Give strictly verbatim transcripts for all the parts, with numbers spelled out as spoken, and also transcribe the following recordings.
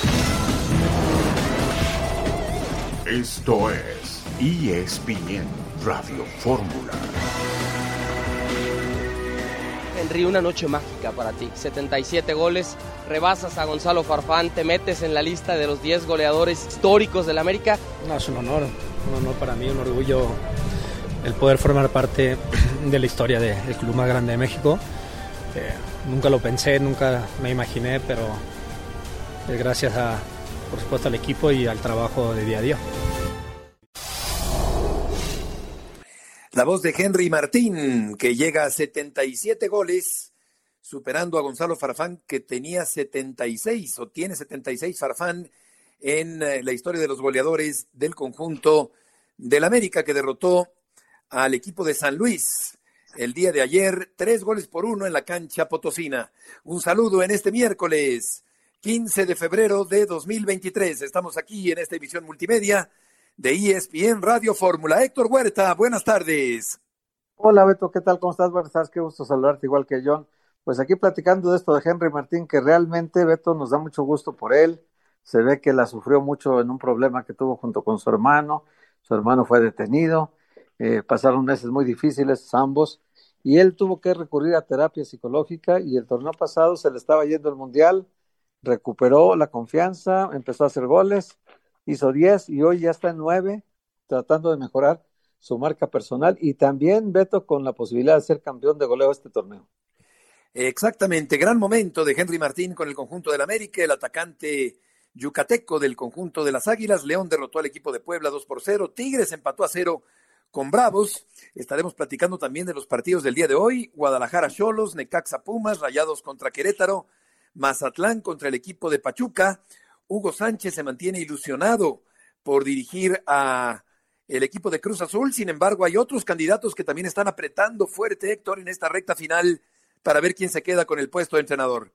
Esto es E S P N Radio Fórmula. Henry, una noche mágica para ti. setenta y siete goles, rebasas a Gonzalo Farfán, te metes en la lista de los diez goleadores históricos del América. No, es un honor, un honor para mí, un orgullo el poder formar parte de la historia del club más grande de México. Eh, nunca lo pensé, nunca me imaginé, pero es gracias a, por supuesto, al equipo y al trabajo de día a día. La voz de Henry Martín, que llega a setenta y siete goles, superando a Gonzalo Farfán, que tenía setenta y seis, o tiene setenta y seis Farfán, en la historia de los goleadores del conjunto del América, que derrotó al equipo de San Luis el día de ayer, tres goles por uno en la cancha potosina. Un saludo en este miércoles, quince de febrero de dos mil veintitrés. Estamos aquí en esta emisión multimedia de E S P N Radio Fórmula. Héctor Huerta, buenas tardes. Hola Beto, ¿qué tal? ¿Cómo estás? Buenas tardes, qué gusto saludarte igual que John. Pues aquí platicando de esto de Henry Martín, que realmente, Beto, nos da mucho gusto por él. Se ve que la sufrió mucho en un problema que tuvo junto con su hermano. Su hermano fue detenido, eh, pasaron meses muy difíciles ambos, y él tuvo que recurrir a terapia psicológica, y el torneo pasado se le estaba yendo el Mundial, recuperó la confianza, empezó a hacer goles, hizo diez y hoy ya está en nueve, tratando de mejorar su marca personal y también, Beto, con la posibilidad de ser campeón de goleo este torneo. Exactamente, gran momento de Henry Martín con el conjunto del América, el atacante yucateco del conjunto de las Águilas. León derrotó al equipo de Puebla dos por cero, Tigres empató a cero con Bravos. Estaremos platicando también de los partidos del día de hoy: Guadalajara Xolos, Necaxa Pumas, Rayados contra Querétaro, Mazatlán contra el equipo de Pachuca. Hugo Sánchez se mantiene ilusionado por dirigir a el equipo de Cruz Azul. Sin embargo, hay otros candidatos que también están apretando fuerte, Héctor, en esta recta final para ver quién se queda con el puesto de entrenador.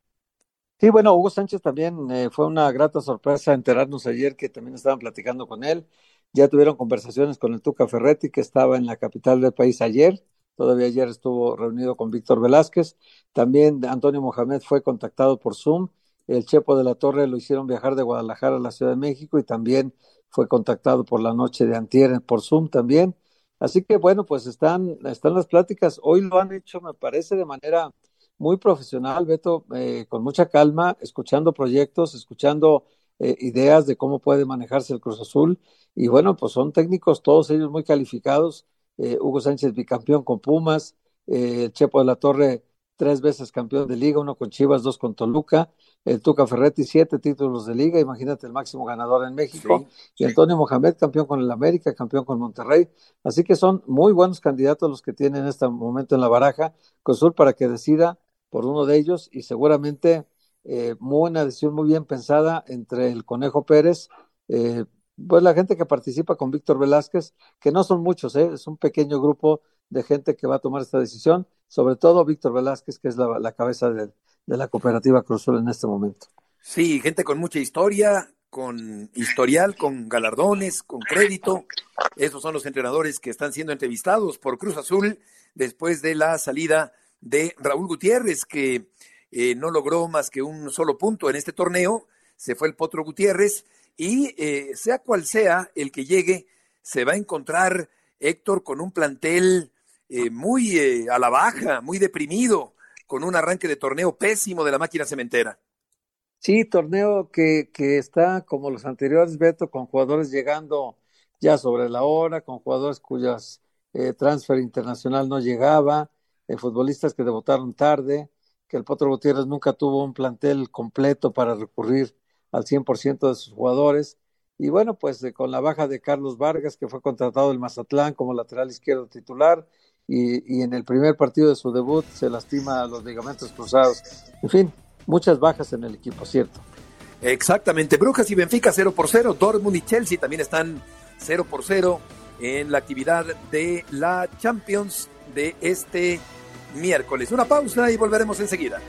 Sí, bueno, Hugo Sánchez también eh, fue una grata sorpresa enterarnos ayer que también estaban platicando con él. Ya tuvieron conversaciones con el Tuca Ferretti, que estaba en la capital del país ayer. Todavía ayer estuvo reunido con Víctor Velázquez. También Antonio Mohamed fue contactado por Zoom. El Chepo de la Torre lo hicieron viajar de Guadalajara a la Ciudad de México y también fue contactado por la noche de antier por Zoom también. Así que bueno, pues están, están las pláticas. Hoy lo han hecho, me parece, de manera muy profesional, Beto, eh, con mucha calma, escuchando proyectos, escuchando eh, ideas de cómo puede manejarse el Cruz Azul. Y bueno, pues son técnicos, todos ellos muy calificados. Eh, Hugo Sánchez, bicampeón con Pumas, eh, el Chepo de la Torre, tres veces campeón de liga, uno con Chivas, dos con Toluca, el Tuca Ferretti, siete títulos de liga, imagínate, el máximo ganador en México, sí, y Antonio sí. Mohamed, campeón con el América, campeón con Monterrey, así que son muy buenos candidatos los que tienen en este momento en la baraja Cruz para que decida por uno de ellos, y seguramente eh, muy una decisión muy bien pensada entre el Conejo Pérez, eh, pues la gente que participa con Víctor Velázquez, que no son muchos, ¿eh? Es un pequeño grupo de gente que va a tomar esta decisión, sobre todo Víctor Velázquez, que es la, la cabeza de, de la cooperativa Cruz Azul en este momento. Sí, gente con mucha historia, con historial, con galardones, con crédito. Esos son los entrenadores que están siendo entrevistados por Cruz Azul después de la salida de Raúl Gutiérrez, que eh, no logró más que un solo punto en este torneo. Se fue el Potro Gutiérrez y eh, sea cual sea el que llegue, se va a encontrar, Héctor, con un plantel eh, muy eh, a la baja, muy deprimido, con un arranque de torneo pésimo de la máquina cementera. Sí, torneo que, que está como los anteriores, Beto, con jugadores llegando ya sobre la hora, con jugadores cuyas eh, transfer internacional no llegaba, eh, futbolistas que debutaron tarde, que el Potro Gutiérrez nunca tuvo un plantel completo para recurrir al cien por ciento de sus jugadores, y bueno, pues eh, con la baja de Carlos Vargas, que fue contratado del Mazatlán como lateral izquierdo titular, y, y en el primer partido de su debut se lastima los ligamentos cruzados. En fin, muchas bajas en el equipo, ¿cierto? Exactamente, Brujas y Benfica cero por cero, Dortmund y Chelsea también están cero por cero en la actividad de la Champions de este miércoles. Una pausa y volveremos enseguida.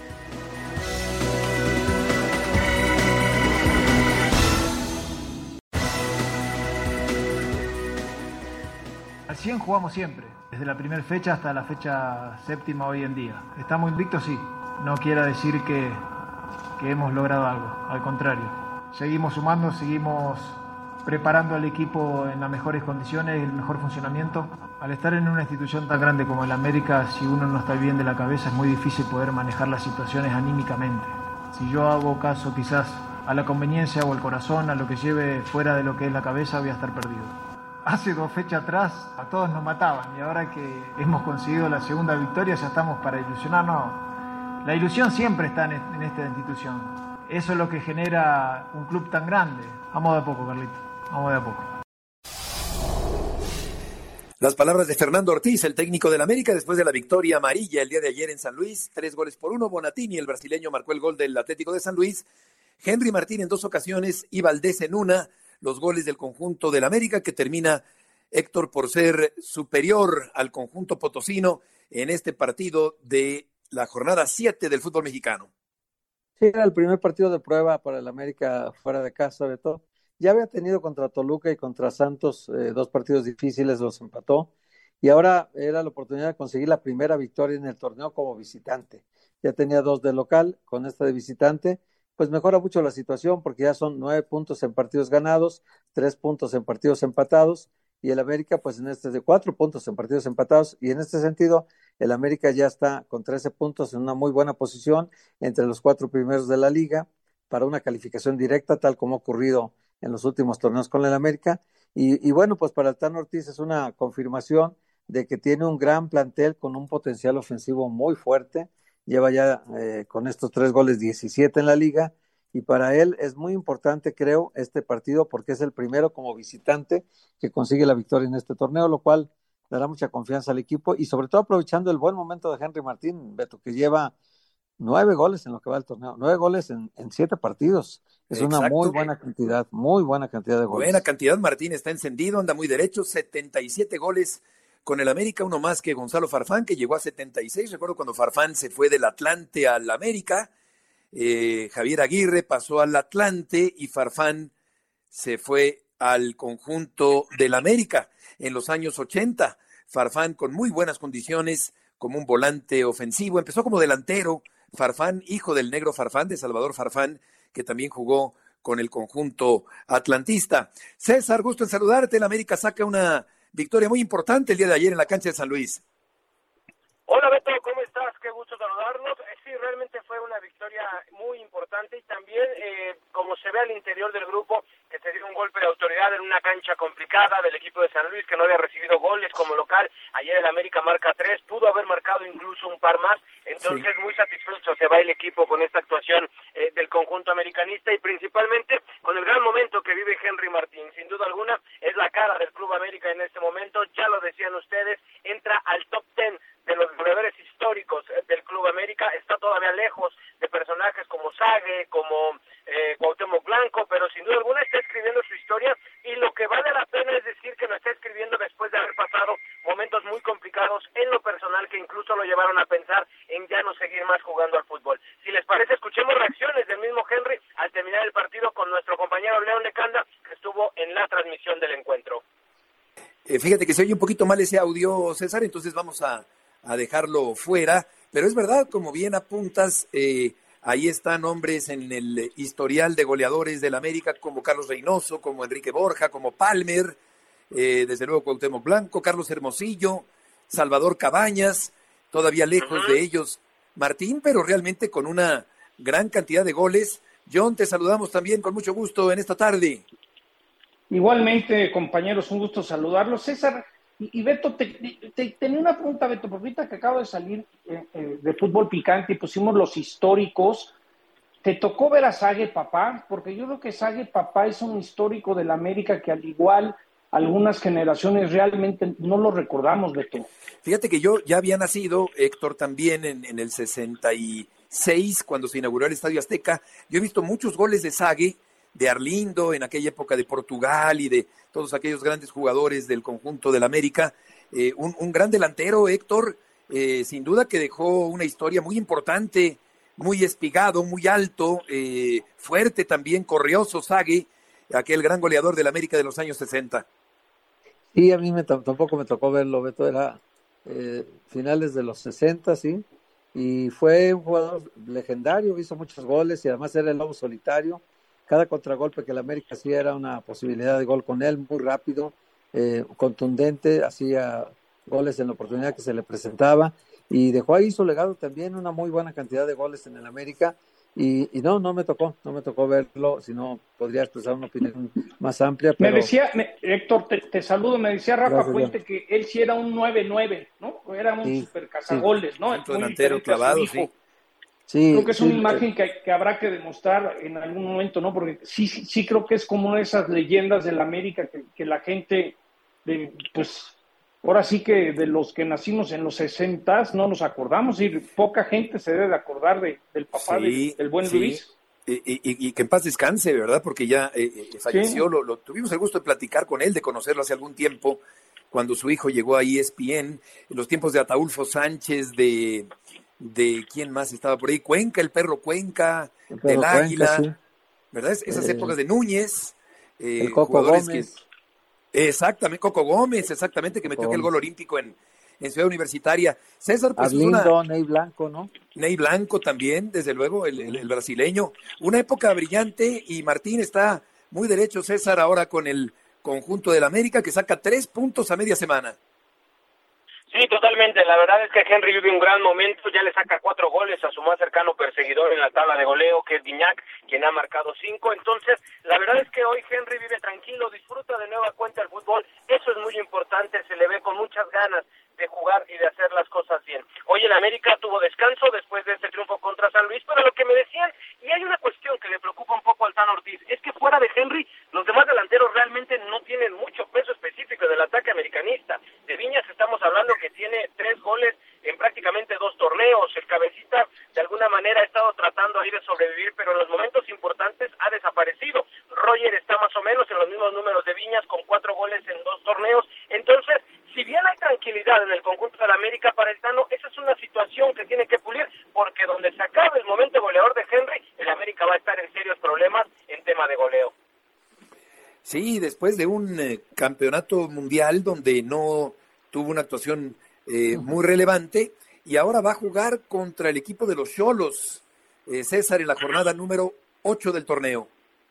Al cien jugamos siempre, desde la primera fecha hasta la fecha séptima hoy en día. ¿Estamos invictos? Sí. No quiere decir que, que hemos logrado algo, al contrario. seguimos sumando, seguimos preparando al equipo en las mejores condiciones, el mejor funcionamiento. Al estar en una institución tan grande como el América, si uno no está bien de la cabeza, es muy difícil poder manejar las situaciones anímicamente. Si yo hago caso quizás a la conveniencia o al corazón, a lo que lleve fuera de lo que es la cabeza, voy a estar perdido. Hace dos fechas atrás a todos nos mataban y ahora que hemos conseguido la segunda victoria ya estamos para ilusionarnos. La ilusión siempre está en, en esta institución. Eso es lo que genera un club tan grande. Vamos de a poco, Carlito. Vamos de a poco. Las palabras de Fernando Ortiz, el técnico del América, después de la victoria amarilla el día de ayer en San Luis. Tres goles por uno. Bonatini, el brasileño, marcó el gol del Atlético de San Luis. Henry Martín en dos ocasiones y Valdés en una. Los goles del conjunto del América, que termina, Héctor, por ser superior al conjunto potosino en este partido de la jornada siete del fútbol mexicano. Sí, era el primer partido de prueba para el América fuera de casa, sobre todo. Ya había tenido contra Toluca y contra Santos eh, dos partidos difíciles, los empató. Y ahora era la oportunidad de conseguir la primera victoria en el torneo como visitante. Ya tenía dos de local, con esta de visitante, pues mejora mucho la situación porque ya son nueve puntos en partidos ganados, tres puntos en partidos empatados, y el América pues en este de cuatro puntos en partidos empatados, y en este sentido el América ya está con trece puntos en una muy buena posición entre los cuatro primeros de la liga para una calificación directa, tal como ha ocurrido en los últimos torneos con el América, y, y bueno, pues para el Tano Ortiz es una confirmación de que tiene un gran plantel con un potencial ofensivo muy fuerte. Lleva ya eh, con estos tres goles diecisiete en la liga, y para él es muy importante, creo, este partido porque es el primero como visitante que consigue la victoria en este torneo, lo cual dará mucha confianza al equipo y sobre todo aprovechando el buen momento de Henry Martín, Beto, que lleva nueve goles en lo que va del torneo, nueve goles en, en siete partidos. Es Exacto. Una muy buena cantidad, muy buena cantidad de goles. Buena cantidad, Martín está encendido, anda muy derecho, setenta y siete goles con el América, uno más que Gonzalo Farfán, que llegó a setenta y seis. Recuerdo cuando Farfán se fue del Atlante al América, eh, Javier Aguirre pasó al Atlante y Farfán se fue al conjunto del América en los años ochenta. Farfán con muy buenas condiciones, como un volante ofensivo, empezó como delantero. Farfán, hijo del negro Farfán, de Salvador Farfán, que también jugó con el conjunto atlantista. César, gusto en saludarte. El América saca una victoria muy importante el día de ayer en la cancha de San Luis. Hola Beto, ¿cómo estás? Qué gusto saludarnos. Eh, sí, realmente fue una victoria muy importante y también, eh, como se ve al interior del grupo, que se dio un golpe de autoridad en una cancha complicada del equipo de San Luis, que no había recibido goles como local. Ayer el América marca tres, pudo haber marcado incluso un par más, entonces sí. Muy satisfecho se va el equipo con esta actuación eh, del conjunto americanista y principalmente con el gran momento que vive Henry Martín. Sin duda alguna es la cara del Club América en este momento, ya lo decían ustedes, entra al top ten de los goleadores históricos del Club América, está todavía lejos de personajes como Sague, como eh, Cuauhtémoc Blanco, pero sin duda alguna está escribiendo su historia y lo que vale la pena es decir que lo está escribiendo después de haber pasado momentos muy complicados en lo personal que incluso lo llevaron a pensar en ya no seguir más jugando al fútbol. Si les parece, escuchemos reacciones del mismo Henry al terminar el partido con nuestro compañero León Lecanda, que estuvo en la transmisión del encuentro. Eh, fíjate que se oye un poquito mal ese audio, César, entonces vamos a a dejarlo fuera, pero es verdad, como bien apuntas, eh, ahí están hombres en el historial de goleadores del América, como Carlos Reynoso, como Enrique Borja, como Palmer, eh, desde luego Cuauhtémoc Blanco, Carlos Hermosillo, Salvador Cabañas, todavía lejos uh-huh. de ellos Martín, pero realmente con una gran cantidad de goles. John, te saludamos también con mucho gusto en esta tarde. Igualmente, compañeros, un gusto saludarlos. César, Y, y Beto, te, te, tenía una pregunta, Beto, porque ahorita que acabo de salir eh, eh, de Fútbol Picante y pusimos los históricos, ¿te tocó ver a Sague Papá? Porque yo creo que Sague Papá es un histórico de la América que al igual algunas generaciones realmente no lo recordamos, Beto. Fíjate que yo ya había nacido, Héctor también, en, en el sesenta y seis, cuando se inauguró el Estadio Azteca. Yo he visto muchos goles de Sague, de Arlindo, en aquella época de Portugal y de todos aquellos grandes jugadores del conjunto del América. Eh, un, un gran delantero, Héctor, eh, sin duda que dejó una historia muy importante, muy espigado, muy alto, eh, fuerte también, corrioso Sague, aquel gran goleador del América de los años sesenta. Sí, a mí me, tampoco me tocó verlo, Beto, era eh, finales de los sesenta, sí, y fue un jugador legendario, hizo muchos goles y además era el lobo solitario. cada contragolpe que el América hacía era una posibilidad de gol con él, muy rápido, eh, contundente, hacía goles en la oportunidad que se le presentaba y dejó ahí su legado también, una muy buena cantidad de goles en el América. Y, y no, no me tocó, no me tocó verlo, si no podría expresar una opinión más amplia. Pero... Me decía, me, Héctor, te, te saludo, me decía Rafa Gracias, Puente ya. que él sí era un nueve nueve, ¿no? Era un sí, super cazagoles, sí. ¿no? Centro delantero clavado, sí. sí. Creo que es sí, una imagen que, que habrá que demostrar en algún momento, ¿no? Porque sí, sí, sí creo que es como una de esas leyendas de la América que, que la gente, de, pues... Ahora sí que de los que nacimos en los sesentas no nos acordamos y poca gente se debe de acordar de, del papá sí, de, del buen sí. Luis. Y, y, y que en paz descanse, ¿verdad? Porque ya eh, eh, falleció, Sí. lo, lo tuvimos el gusto de platicar con él, de conocerlo hace algún tiempo, cuando su hijo llegó a E S P N, en los tiempos de Ataúlfo Sánchez, de, de ¿quién más estaba por ahí? Cuenca, el perro Cuenca, El perro del Cuenca, Águila, sí. ¿verdad? Esas Eh, épocas de Núñez, eh, el Coco jugadores Gómez. que... Exactamente, Coco Gómez, exactamente, que Coco metió aquel Gómez. gol olímpico en, en Ciudad Universitaria. César, pues es Arlindo, una... Ney Blanco, ¿no? Ney Blanco también, desde luego, el, el, el brasileño. Una época brillante y Martín está muy derecho, César, ahora con el conjunto del América, que saca tres puntos a media semana. Sí, totalmente. La verdad es que Henry vive un gran momento, ya le saca cuatro goles a su más cercano perseguidor en la tabla de goleo, que es Gignac, quien ha marcado cinco. Entonces, la verdad es que hoy Henry vive tranquilo, disfruta de nueva cuenta el fútbol. Eso es muy importante, se le ve con muchas ganas de jugar y de hacer las cosas bien. Hoy el América tuvo descanso después de este triunfo contra San Luis, pero lo que me decían, y hay una cuestión que le preocupa un poco al Tan Ortiz, es que fuera de Henry, los demás delanteros realmente no tienen mucho peso específico del ataque americanista. De Viñas estamos hablando que tiene tres goles en prácticamente dos torneos. El cabecita de alguna manera ha estado tratando ahí de sobrevivir, pero en los momentos importantes ha desaparecido. Roger está más o menos en los mismos números de Viñas, con cuatro goles en dos torneos. Entonces, si bien hay tranquilidad en el conjunto de la América, para el Tano, esa es una situación que tiene que pulir, porque donde se acabe el momento goleador de Henry, el América va a estar en serios problemas en tema de goleo. Sí, después de un eh, campeonato mundial donde no tuvo una actuación eh, muy relevante, y ahora va a jugar contra el equipo de los Xolos, eh, César, en la jornada número ocho del torneo.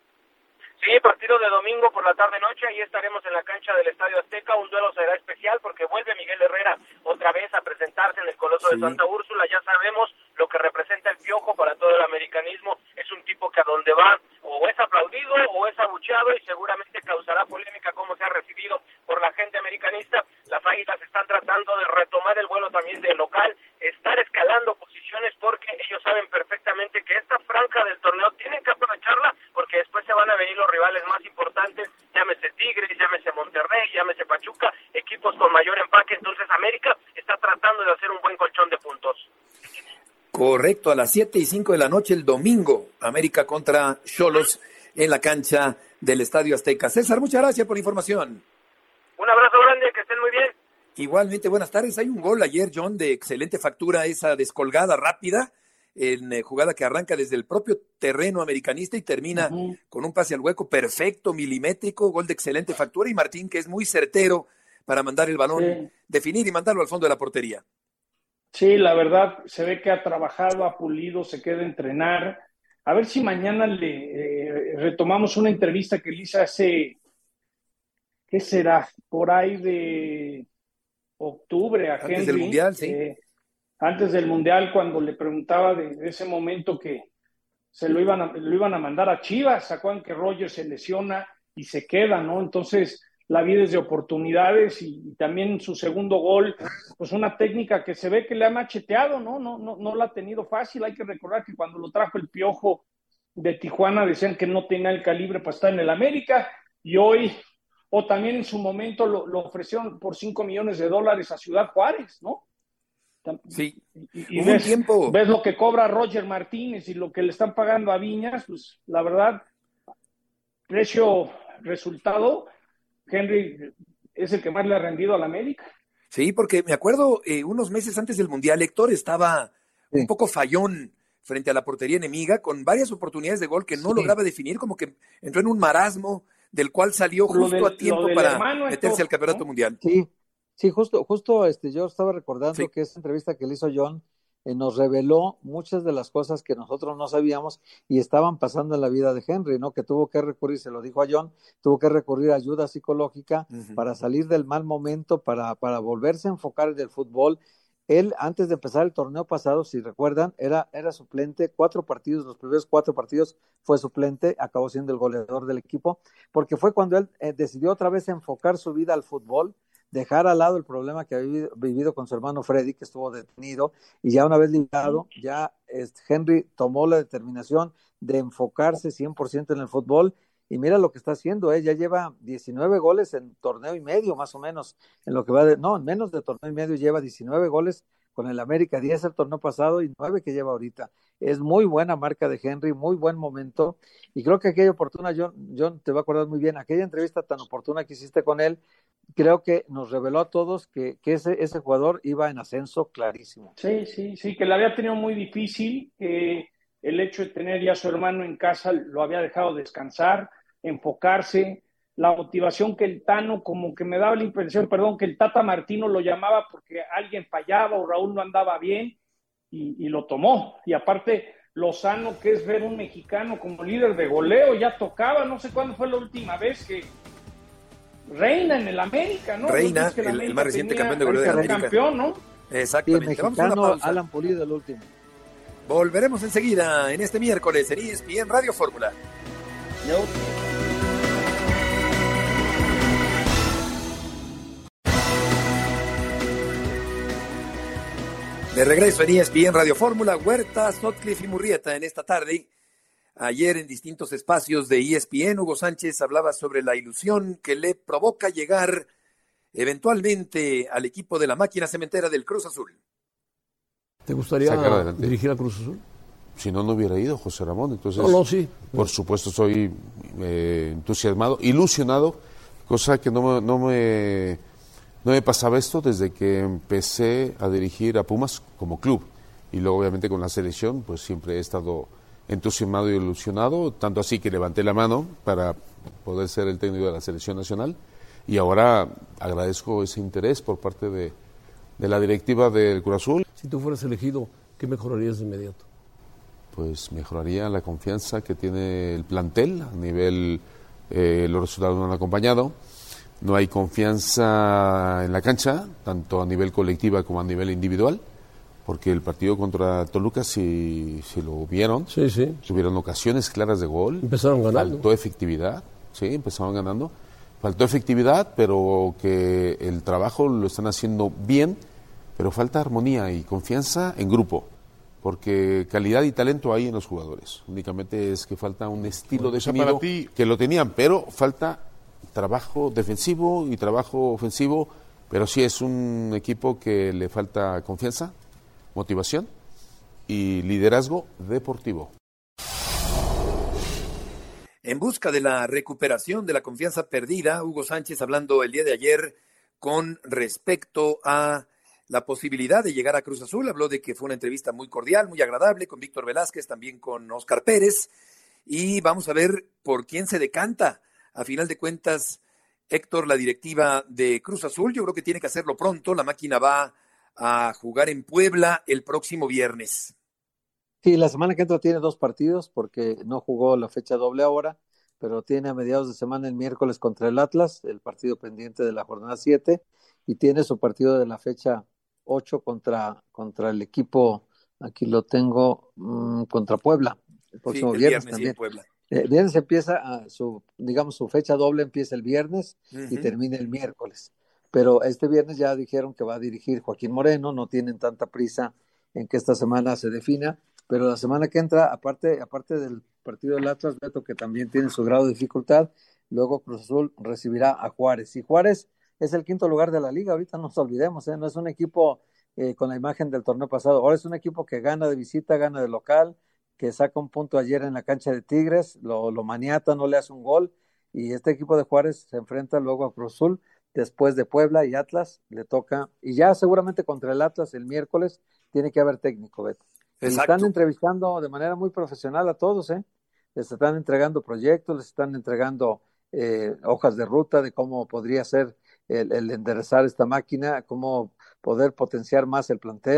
Sí, partido de domingo por la tarde-noche, ahí estaremos en la cancha del Estadio Azteca. Un duelo será especial porque vuelve Miguel Herrera otra vez a presentarse en el Coloso Sí. de Santa Úrsula. Ya sabemos lo que representa el Piojo para todo el americanismo. Es un tipo que a donde va o es aplaudido o es abucheado, y seguramente causará polémica como se ha recibido por la gente americanista. Las Águilas están tratando de retomar el vuelo también del local, estar escalando posiciones, porque ellos saben perfectamente que esta franja del torneo tienen que aprovecharla, porque después se van a venir los rivales más importantes, llámese Tigres, llámese Monterrey, llámese Pachuca, equipos con mayor empaque. Entonces América está tratando de hacer un buen colchón de puntos. Correcto, a las siete y cinco de la noche el domingo, América contra Xolos en la cancha del Estadio Azteca. César, muchas gracias por la información. Un abrazo grande, que estén muy bien. Igualmente, buenas tardes. Hay un gol ayer, John, de excelente factura, esa descolgada rápida, en eh, jugada que arranca desde el propio terreno americanista y termina uh-huh. con un pase al hueco perfecto, milimétrico, gol de excelente factura, y Martín, que es muy certero para mandar el balón, sí. definir y mandarlo al fondo de la portería. Sí, la verdad, se ve que ha trabajado, ha pulido, se queda a entrenar. A ver si mañana le eh, retomamos una entrevista que le hice hace, ¿qué será? Por ahí de octubre a Antes Henry. del Mundial, sí. Eh, antes del Mundial, cuando le preguntaba de, de ese momento que se lo iban, a, lo iban a mandar a Chivas, sacan que Roger se lesiona y se queda, ¿no? Entonces, la vi desde oportunidades y, y también su segundo gol, pues una técnica que se ve que le ha macheteado, ¿no? No, no, no la ha tenido fácil. Hay que recordar que cuando lo trajo el Piojo de Tijuana decían que no tenía el calibre para estar en el América, y hoy, o también en su momento lo, lo ofrecieron por cinco millones de dólares a Ciudad Juárez, ¿no? Sí. Y, y ves, tiempo. ves lo que cobra Roger Martínez y lo que le están pagando a Viñas, pues la verdad, precio, resultado, Henry es el que más le ha rendido a la América. Sí, porque me acuerdo eh, unos meses antes del Mundial, Héctor estaba sí. un poco fallón frente a la portería enemiga, con varias oportunidades de gol que no sí. lograba definir, como que entró en un marasmo del cual salió justo del, a tiempo para meterse esto, al Campeonato ¿no? Mundial. Sí, sí, justo, justo este, yo estaba recordando sí. que esa entrevista que le hizo John eh, nos reveló muchas de las cosas que nosotros no sabíamos y estaban pasando en la vida de Henry, ¿no? Que tuvo que recurrir, se lo dijo a John, tuvo que recurrir a ayuda psicológica uh-huh. para salir del mal momento, para, para volverse a enfocar en el fútbol. Él, antes de empezar el torneo pasado, si recuerdan, era, era suplente, cuatro partidos, los primeros cuatro partidos fue suplente, acabó siendo el goleador del equipo, porque fue cuando él eh, decidió otra vez enfocar su vida al fútbol, dejar al lado el problema que había vivido, vivido con su hermano Freddy, que estuvo detenido, y ya una vez liberado, ya este, Henry tomó la determinación de enfocarse cien por ciento en el fútbol, y mira lo que está haciendo, ¿eh? Ya lleva diecinueve goles en torneo y medio, más o menos, en lo que va de, no, en menos de torneo y medio lleva diecinueve goles con el América, diez el torneo pasado y nueve que lleva ahorita. Es muy buena marca de Henry, muy buen momento, y creo que aquella oportuna, John, John te va a acordar muy bien, aquella entrevista tan oportuna que hiciste con él, creo que nos reveló a todos que, que ese, ese jugador iba en ascenso clarísimo. Sí, sí, sí, que la había tenido muy difícil, que el hecho de tener ya a su hermano en casa lo había dejado descansar, enfocarse, la motivación que el Tano, como que me daba la impresión, perdón, que el Tata Martino lo llamaba porque alguien fallaba o Raúl no andaba bien y, y lo tomó. Y aparte, lo sano que es ver un mexicano como líder de goleo, ya tocaba, no sé cuándo fue la última vez que Reina en el América, ¿no? Reina, el, América el más reciente campeón de goleo de América. Campeón, ¿no? Exactamente. Sí, mexicano, vamos a una pausa. Alan Pulido el último. Volveremos enseguida en este miércoles en E S P N Radio Fórmula. Yo. De regreso en E S P N Radio Fórmula, Huerta, Sutcliffe y Murrieta en esta tarde. Ayer en distintos espacios de E S P N, Hugo Sánchez hablaba sobre la ilusión que le provoca llegar eventualmente al equipo de la máquina cementera del Cruz Azul. ¿Te gustaría dirigir a Cruz Azul? Si no, no hubiera ido, José Ramón. Entonces, no, no, sí. Por supuesto, soy eh, entusiasmado, ilusionado, cosa que no me, no me no me pasaba esto desde que empecé a dirigir a Pumas como club. Y luego, obviamente, con la selección, pues siempre he estado entusiasmado y ilusionado, tanto así que levanté la mano para poder ser el técnico de la selección nacional. Y ahora agradezco ese interés por parte de, de la directiva del Cruz Azul. Si tú fueras elegido, ¿qué mejorarías de inmediato? Pues mejoraría la confianza que tiene el plantel a nivel, eh, los resultados no han acompañado, no hay confianza en la cancha, tanto a nivel colectiva como a nivel individual, porque el partido contra Toluca, si, si lo vieron, sí, sí. tuvieron ocasiones claras de gol, empezaron ganando, faltó efectividad, sí, empezaron ganando, faltó efectividad, pero que el trabajo lo están haciendo bien, pero falta armonía y confianza en grupo. Porque calidad y talento hay en los jugadores. Únicamente es que falta un estilo o sea, definido para ti... que lo tenían, pero falta trabajo defensivo y trabajo ofensivo, pero sí es un equipo que le falta confianza, motivación y liderazgo deportivo. En busca de la recuperación de la confianza perdida, Hugo Sánchez hablando el día de ayer con respecto a la posibilidad de llegar a Cruz Azul, habló de que fue una entrevista muy cordial, muy agradable, con Víctor Velázquez, también con Óscar Pérez, y vamos a ver por quién se decanta. A final de cuentas, Héctor, la directiva de Cruz Azul, yo creo que tiene que hacerlo pronto, la máquina va a jugar en Puebla el próximo viernes. Sí, la semana que entra tiene dos partidos, porque no jugó la fecha doble ahora, pero tiene a mediados de semana el miércoles contra el Atlas, el partido pendiente de la jornada siete, y tiene su partido de la fecha ocho contra, contra el equipo, aquí lo tengo, mmm, contra Puebla, el próximo sí, el viernes, viernes también. Sí, Puebla. El viernes empieza, a su, digamos, su fecha doble empieza el viernes uh-huh. y termina el miércoles. Pero este viernes ya dijeron que va a dirigir Joaquín Moreno, no tienen tanta prisa en que esta semana se defina, pero la semana que entra, aparte, aparte del partido del Atlas, Beto, que también tiene su grado de dificultad, luego Cruz Azul recibirá a Juárez. Y Juárez es el quinto lugar de la liga, ahorita no nos olvidemos, ¿eh? No es un equipo eh, con la imagen del torneo pasado, ahora es un equipo que gana de visita, gana de local, que saca un punto ayer en la cancha de Tigres, lo, lo maniata, no le hace un gol, y este equipo de Juárez se enfrenta luego a Cruz Azul, después de Puebla y Atlas, le toca, y ya seguramente contra el Atlas el miércoles tiene que haber técnico, Beto. Y están entrevistando de manera muy profesional a todos, ¿eh? Les están entregando proyectos, les están entregando eh, hojas de ruta de cómo podría ser el, el enderezar esta máquina, cómo poder potenciar más el plantel.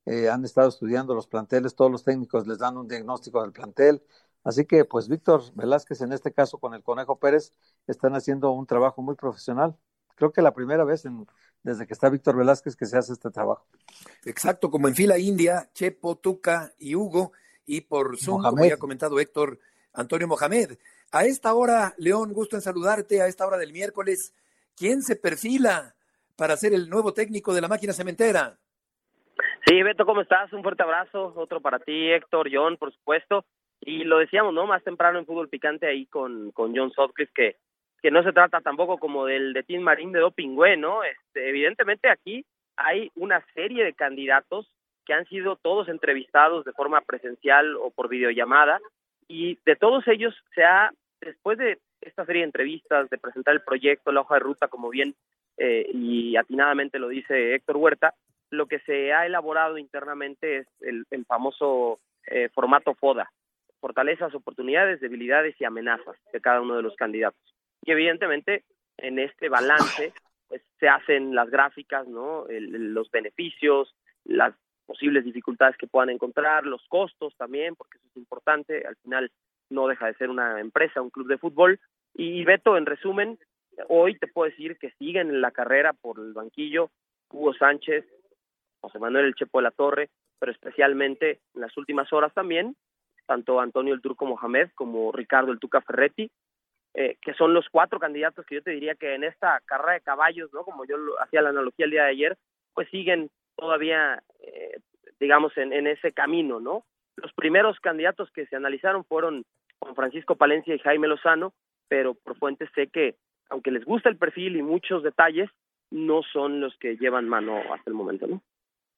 eh, han estado estudiando los planteles, todos los técnicos les dan un diagnóstico del plantel, así que pues Víctor Velázquez en este caso con el Conejo Pérez están haciendo un trabajo muy profesional. Creo que la primera vez en, desde que está Víctor Velázquez que se hace este trabajo. Exacto, como en fila india, Chepo, Tuca y Hugo, y por Zoom, Mohamed. Como ya ha comentado Héctor, Antonio Mohamed. A esta hora, León, gusto en saludarte, a esta hora del miércoles, ¿quién se perfila para ser el nuevo técnico de la máquina cementera? Sí, Beto, ¿cómo estás? Un fuerte abrazo, otro para ti, Héctor, John, por supuesto. Y lo decíamos, ¿no? Más temprano en Fútbol Picante ahí con, con John Sutcliffe, que, que no se trata tampoco como del de Tim Marín de Dopingüe, ¿no? Este, evidentemente aquí hay una serie de candidatos que han sido todos entrevistados de forma presencial o por videollamada, y de todos ellos se ha, después de esta serie de entrevistas, de presentar el proyecto, la hoja de ruta, como bien eh, y atinadamente lo dice Héctor Huerta, lo que se ha elaborado internamente es el, el famoso eh, formato FODA, fortalezas, oportunidades, debilidades y amenazas de cada uno de los candidatos. Y evidentemente en este balance pues, se hacen las gráficas, ¿no? El, el, los beneficios, las posibles dificultades que puedan encontrar, los costos también, porque eso es importante, al final no deja de ser una empresa, un club de fútbol. Y Beto, en resumen, hoy te puedo decir que siguen en la carrera por el banquillo Hugo Sánchez, José Manuel El Chepo de la Torre, pero especialmente en las últimas horas también, tanto Antonio El Turco Mohamed como Ricardo El Tuca Ferretti, eh, que son los cuatro candidatos que yo te diría que en esta carrera de caballos, ¿no? Como yo lo, hacía la analogía el día de ayer, pues siguen todavía, eh, digamos, en, en ese camino, ¿no? Los primeros candidatos que se analizaron fueron Juan Francisco Palencia y Jaime Lozano, pero por fuentes sé que, aunque les gusta el perfil y muchos detalles, no son los que llevan mano hasta el momento, ¿no?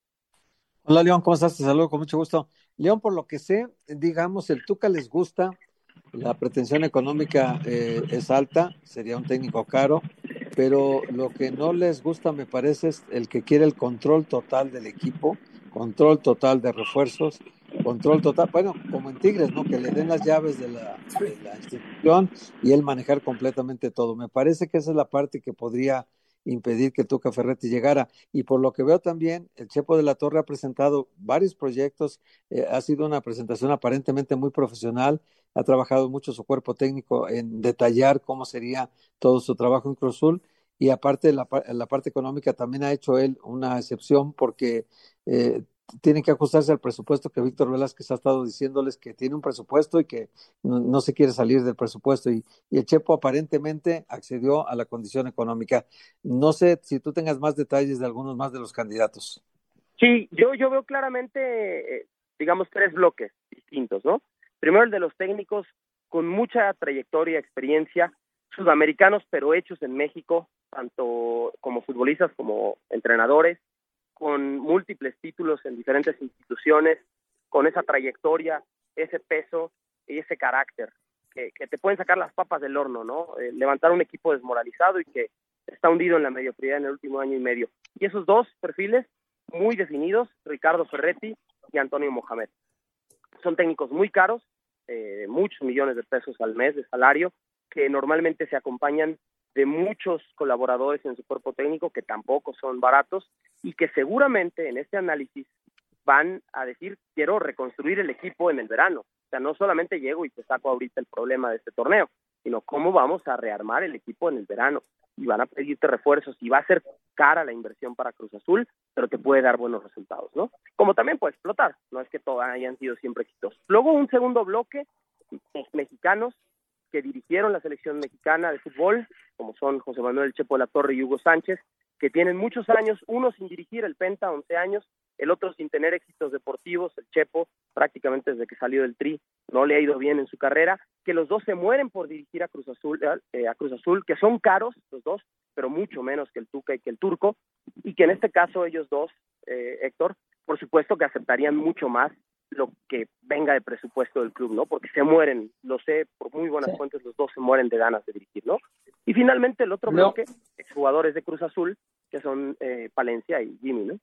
Hola, León, ¿cómo estás? Te saludo con mucho gusto. León, por lo que sé, digamos, el Tuca les gusta, la pretensión económica eh, es alta, sería un técnico caro, pero lo que no les gusta, me parece, es el que quiere el control total del equipo, control total de refuerzos, control total, bueno, como en Tigres, ¿no? Que le den las llaves de la, de la institución y él manejar completamente todo. Me parece que esa es la parte que podría impedir que Tuca Ferretti llegara, y por lo que veo también el Chepo de la Torre ha presentado varios proyectos, eh, ha sido una presentación aparentemente muy profesional, ha trabajado mucho su cuerpo técnico en detallar cómo sería todo su trabajo en Cruz Azul, y aparte la, la parte económica también ha hecho él una excepción porque eh, tienen que ajustarse al presupuesto que Víctor Velázquez ha estado diciéndoles que tiene un presupuesto y que no, no se quiere salir del presupuesto, y, y el Chepo aparentemente accedió a la condición económica. No sé si tú tengas más detalles de algunos más de los candidatos. Sí, yo, yo veo claramente, eh, digamos, tres bloques distintos, ¿no? Primero el de los técnicos con mucha trayectoria, experiencia, sudamericanos pero hechos en México, tanto como futbolistas como entrenadores, con múltiples títulos en diferentes instituciones, con esa trayectoria, ese peso y ese carácter, que, que te pueden sacar las papas del horno, ¿no? Eh, levantar un equipo desmoralizado y que está hundido en la mediocridad en el último año y medio. Y esos dos perfiles muy definidos, Ricardo Ferretti y Antonio Mohamed. Son técnicos muy caros, eh, muchos millones de pesos al mes de salario, que normalmente se acompañan de muchos colaboradores en su cuerpo técnico que tampoco son baratos y que seguramente en este análisis van a decir, quiero reconstruir el equipo en el verano. O sea, no solamente llego y te saco ahorita el problema de este torneo, sino cómo vamos a rearmar el equipo en el verano. Y van a pedirte refuerzos y va a ser cara la inversión para Cruz Azul, pero te puede dar buenos resultados, ¿no? Como también puede explotar, no es que todos hayan sido siempre exitosos. Luego un segundo bloque, los mexicanos que dirigieron la selección mexicana de fútbol, como son José Manuel El Chepo de la Torre y Hugo Sánchez, que tienen muchos años, uno sin dirigir el Penta, once años, el otro sin tener éxitos deportivos, el Chepo prácticamente desde que salió del Tri no le ha ido bien en su carrera, que los dos se mueren por dirigir a Cruz Azul, eh, a Cruz Azul, que son caros los dos, pero mucho menos que el Tuca y que el Turco, y que en este caso ellos dos, eh, Héctor, por supuesto que aceptarían mucho más lo que venga de presupuesto del club, ¿no? Porque se mueren, lo sé, por muy buenas sí. fuentes, los dos se mueren de ganas de dirigir, ¿no? Y finalmente el otro no. bloque, exjugadores de Cruz Azul, que son eh, Palencia y Jimmy, ¿no?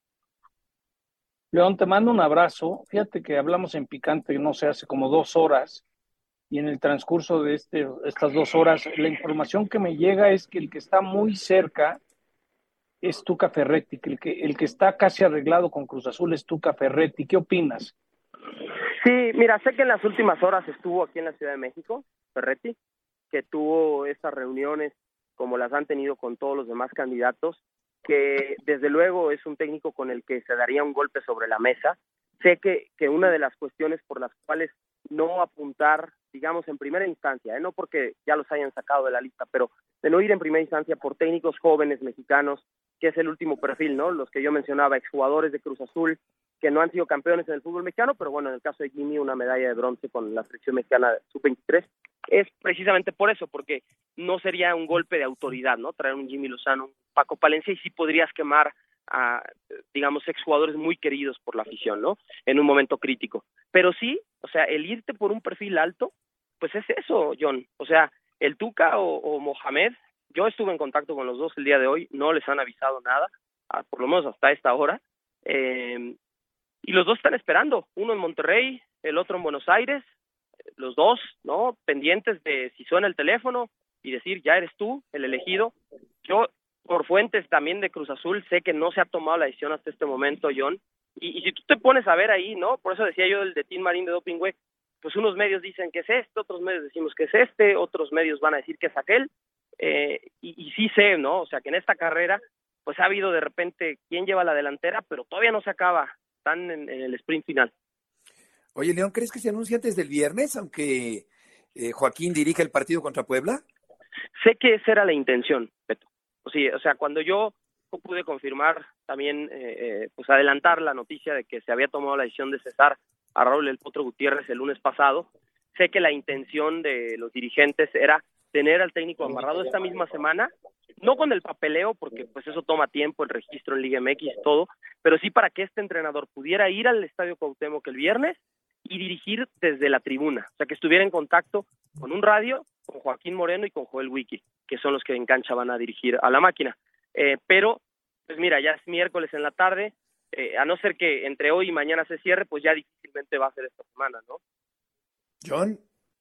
León, te mando un abrazo. Fíjate que hablamos en Picante, no sé, hace como dos horas, y en el transcurso de este, estas dos horas, la información que me llega es que el que está muy cerca es Tuca Ferretti, que el que el que está casi arreglado con Cruz Azul es Tuca Ferretti. ¿Qué opinas? Sí, mira, sé que en las últimas horas estuvo aquí en la Ciudad de México, Ferretti, que tuvo estas reuniones como las han tenido con todos los demás candidatos, que desde luego es un técnico con el que se daría un golpe sobre la mesa. Sé que, que una de las cuestiones por las cuales no apuntar, digamos, en primera instancia, ¿eh? no porque ya los hayan sacado de la lista, pero de no ir en primera instancia por técnicos jóvenes mexicanos, que es el último perfil, ¿no? Los que yo mencionaba, exjugadores de Cruz Azul, que no han sido campeones en el fútbol mexicano, pero bueno, en el caso de Jimmy, una medalla de bronce con la selección mexicana sub veintitrés, es precisamente por eso, porque no sería un golpe de autoridad, ¿no? Traer un Jimmy Lozano, un Paco Palencia, y sí podrías quemar a, digamos, exjugadores muy queridos por la afición, ¿no? En un momento crítico. Pero sí, o sea, el irte por un perfil alto, pues es eso, John. O sea, el Tuca o, o Mohamed, yo estuve en contacto con los dos el día de hoy, no les han avisado nada, por lo menos hasta esta hora, eh, y los dos están esperando, uno en Monterrey, el otro en Buenos Aires, los dos, ¿no? Pendientes de si suena el teléfono y decir, ya eres tú el elegido. Yo, por fuentes también de Cruz Azul, sé que no se ha tomado la decisión hasta este momento, John, y, y si tú te pones a ver ahí, ¿no? Por eso decía yo del de Tim Marín de Doping Web, pues unos medios dicen que es este, otros medios decimos que es este, otros medios van a decir que es aquel, eh, y, y sí sé, ¿no? O sea, que en esta carrera, pues ha habido de repente quién lleva la delantera, pero todavía no se acaba, están en, en el sprint final. Oye, León, ¿crees que se anuncia antes del viernes, aunque eh, Joaquín dirija el partido contra Puebla? Sé que esa era la intención, Beto. O sea, o sea cuando yo pude confirmar también, eh, eh, pues adelantar la noticia de que se había tomado la decisión de cesar a Raúl El Potro Gutiérrez el lunes pasado, sé que la intención de los dirigentes era tener al técnico amarrado esta misma semana, no con el papeleo, porque pues eso toma tiempo, el registro en Liga M X y todo, pero sí para que este entrenador pudiera ir al Estadio Cuauhtémoc el viernes y dirigir desde la tribuna, o sea, que estuviera en contacto con un radio, con Joaquín Moreno y con Joel Wiki, que son los que en cancha van a dirigir a la máquina. Eh, pero, pues mira, ya es miércoles en la tarde, eh, a no ser que entre hoy y mañana se cierre, pues ya difícilmente va a ser esta semana, ¿no? John.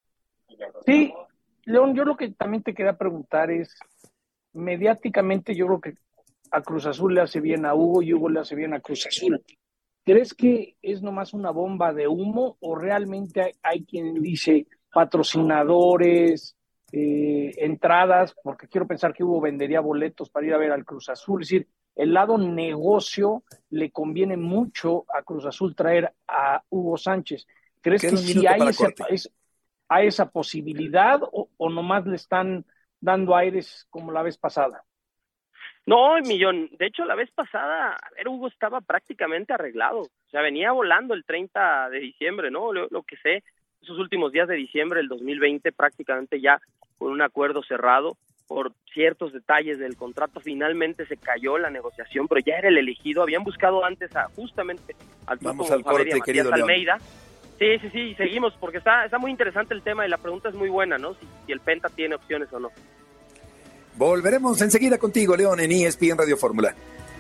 Sí, León, yo lo que también te quería preguntar es, mediáticamente yo creo que a Cruz Azul le hace bien a Hugo y Hugo le hace bien a Cruz Azul. ¿Crees que es nomás una bomba de humo o realmente hay, hay quien dice patrocinadores, eh, entradas? Porque quiero pensar que Hugo vendería boletos para ir a ver al Cruz Azul. Es decir, el lado negocio le conviene mucho a Cruz Azul traer a Hugo Sánchez. ¿Crees que sí hay esa, es, hay esa posibilidad o, o nomás le están dando aires como la vez pasada? No, Millón, de hecho la vez pasada, a ver, Hugo estaba prácticamente arreglado, o sea, venía volando el treinta de diciembre, ¿no? Lo, lo que sé, esos últimos días de diciembre del dos mil veinte, prácticamente ya con un acuerdo cerrado, por ciertos detalles del contrato, finalmente se cayó la negociación, pero ya era el elegido, habían buscado antes a justamente al Vamos al corte, querido Almeida. Sí, sí, sí, seguimos, porque está, está muy interesante el tema y la pregunta es muy buena, ¿no? Si, si el Penta tiene opciones o no. Volveremos enseguida contigo, León, en E S P N Radio Fórmula.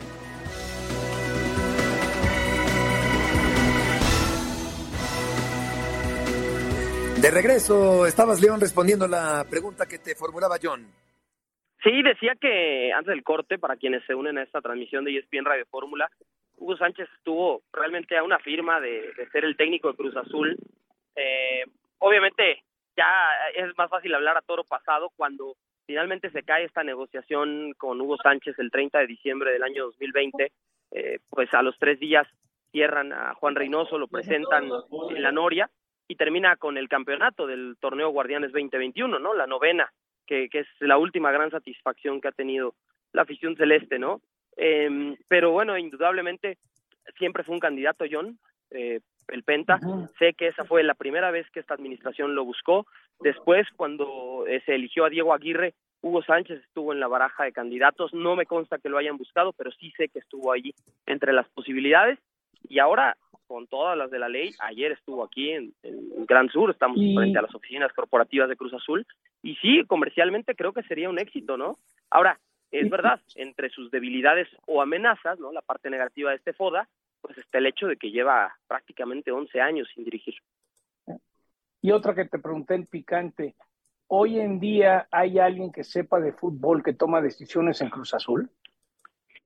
De regreso, estabas, León, respondiendo la pregunta que te formulaba John. Sí, decía que antes del corte, para quienes se unen a esta transmisión de E S P N Radio Fórmula, Hugo Sánchez estuvo realmente a una firma de, de ser el técnico de Cruz Azul. Eh, obviamente ya es más fácil hablar a toro pasado cuando finalmente se cae esta negociación con Hugo Sánchez el treinta de diciembre del año dos mil veinte, eh, pues a los tres días cierran a Juan Reynoso, lo presentan en la Noria y termina con el campeonato del torneo Guardianes veinte veintiuno, ¿no? La novena, que, que es la última gran satisfacción que ha tenido la afición celeste, ¿no? Eh, pero bueno, indudablemente siempre fue un candidato, John, eh, el Penta. Uh-huh. Sé que esa fue la primera vez que esta administración lo buscó. Después, cuando eh, se eligió a Diego Aguirre, Hugo Sánchez estuvo en la baraja de candidatos. No me consta que lo hayan buscado, pero sí sé que estuvo allí entre las posibilidades. Y ahora, con todas las de la ley, ayer estuvo aquí en, en Gran Sur, estamos y... frente a las oficinas corporativas de Cruz Azul. Y sí, comercialmente creo que sería un éxito, ¿no? Ahora, es verdad, entre sus debilidades o amenazas, ¿no? La parte negativa de este FODA, pues está el hecho de que lleva prácticamente once años sin dirigir. Y otra que te pregunté en picante, ¿hoy en día hay alguien que sepa de fútbol que toma decisiones en Cruz Azul?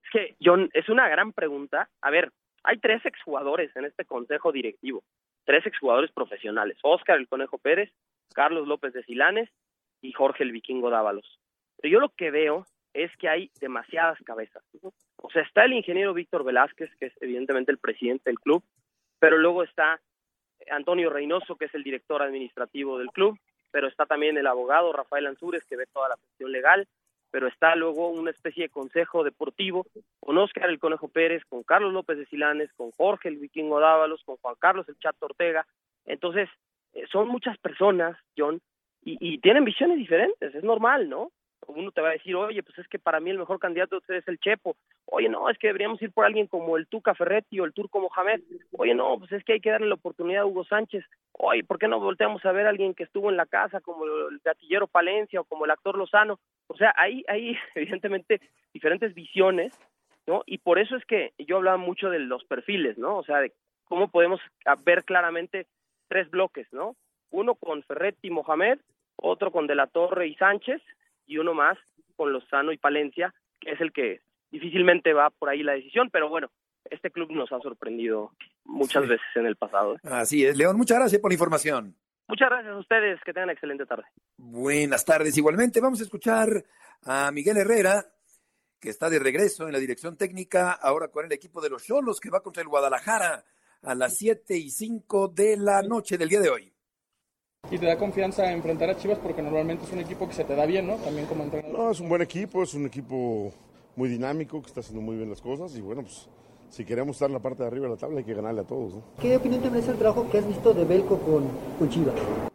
Es que, John, es una gran pregunta. A ver, hay tres exjugadores en este consejo directivo, tres exjugadores profesionales: Óscar el Conejo Pérez, Carlos López de Silanes y Jorge el Vikingo Dávalos. Pero yo lo que veo es que hay demasiadas cabezas, ¿no? O sea, está el ingeniero Víctor Velázquez, que es evidentemente el presidente del club, pero luego está Antonio Reynoso, que es el director administrativo del club, pero está también el abogado Rafael Ansúrez, que ve toda la cuestión legal, pero está luego una especie de consejo deportivo con Óscar el Conejo Pérez, con Carlos López de Silanes, con Jorge el Vikingo Dávalos, con Juan Carlos el Chato Ortega. Entonces, eh, son muchas personas, John, y, y tienen visiones diferentes, es normal, ¿no? Uno te va a decir, oye, pues es que para mí el mejor candidato es el Chepo. Oye, no, es que deberíamos ir por alguien como el Tuca Ferretti o el Turco Mohamed. Oye, no, pues es que hay que darle la oportunidad a Hugo Sánchez. Oye, ¿por qué no volteamos a ver a alguien que estuvo en la casa como el gatillero Palencia o como el actor Lozano? O sea, hay, hay evidentemente diferentes visiones, ¿no? Y por eso es que yo hablaba mucho de los perfiles, ¿no? O sea, de cómo podemos ver claramente tres bloques, ¿no? Uno con Ferretti y Mohamed, otro con De la Torre y Sánchez, y uno más con Lozano y Palencia, que es el que difícilmente va por ahí la decisión, pero bueno, este club nos ha sorprendido muchas sí. veces en el pasado. Así es, León, muchas gracias por la información. Muchas gracias a ustedes, que tengan excelente tarde. Buenas tardes, igualmente. Vamos a escuchar a Miguel Herrera, que está de regreso en la dirección técnica, ahora con el equipo de los Xolos, que va contra el Guadalajara a las siete y cinco de la noche del día de hoy. Y te da confianza enfrentar a Chivas porque normalmente es un equipo que se te da bien, ¿no? También como entrenador. No, es un buen equipo, es un equipo muy dinámico, que está haciendo muy bien las cosas y bueno, pues si queremos estar en la parte de arriba de la tabla hay que ganarle a todos, ¿no? ¿Qué opinión te merece el trabajo que has visto de Belko con, con Chivas?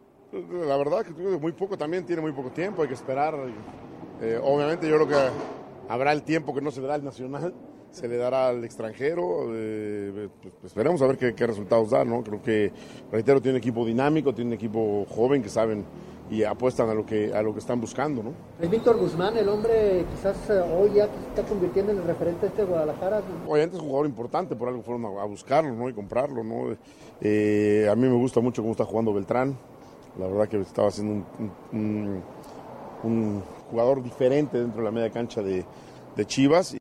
La verdad que muy poco también, tiene muy poco tiempo, hay que esperar. Eh, obviamente yo creo que habrá el tiempo que no se le da al Nacional, se le dará al extranjero, eh, pues esperemos a ver qué, qué resultados da, ¿no? Creo que, reitero, tiene un equipo dinámico, tiene un equipo joven que saben y apuestan a lo que a lo que están buscando, ¿no? ¿Es Víctor Guzmán el hombre quizás hoy ya se está convirtiendo en el referente de este Guadalajara? Obviamente es un jugador importante, por algo fueron a, a buscarlo, ¿no? Y comprarlo, ¿no? Eh, a mí me gusta mucho cómo está jugando Beltrán, la verdad que estaba siendo un, un, un, un jugador diferente dentro de la media cancha de, de Chivas.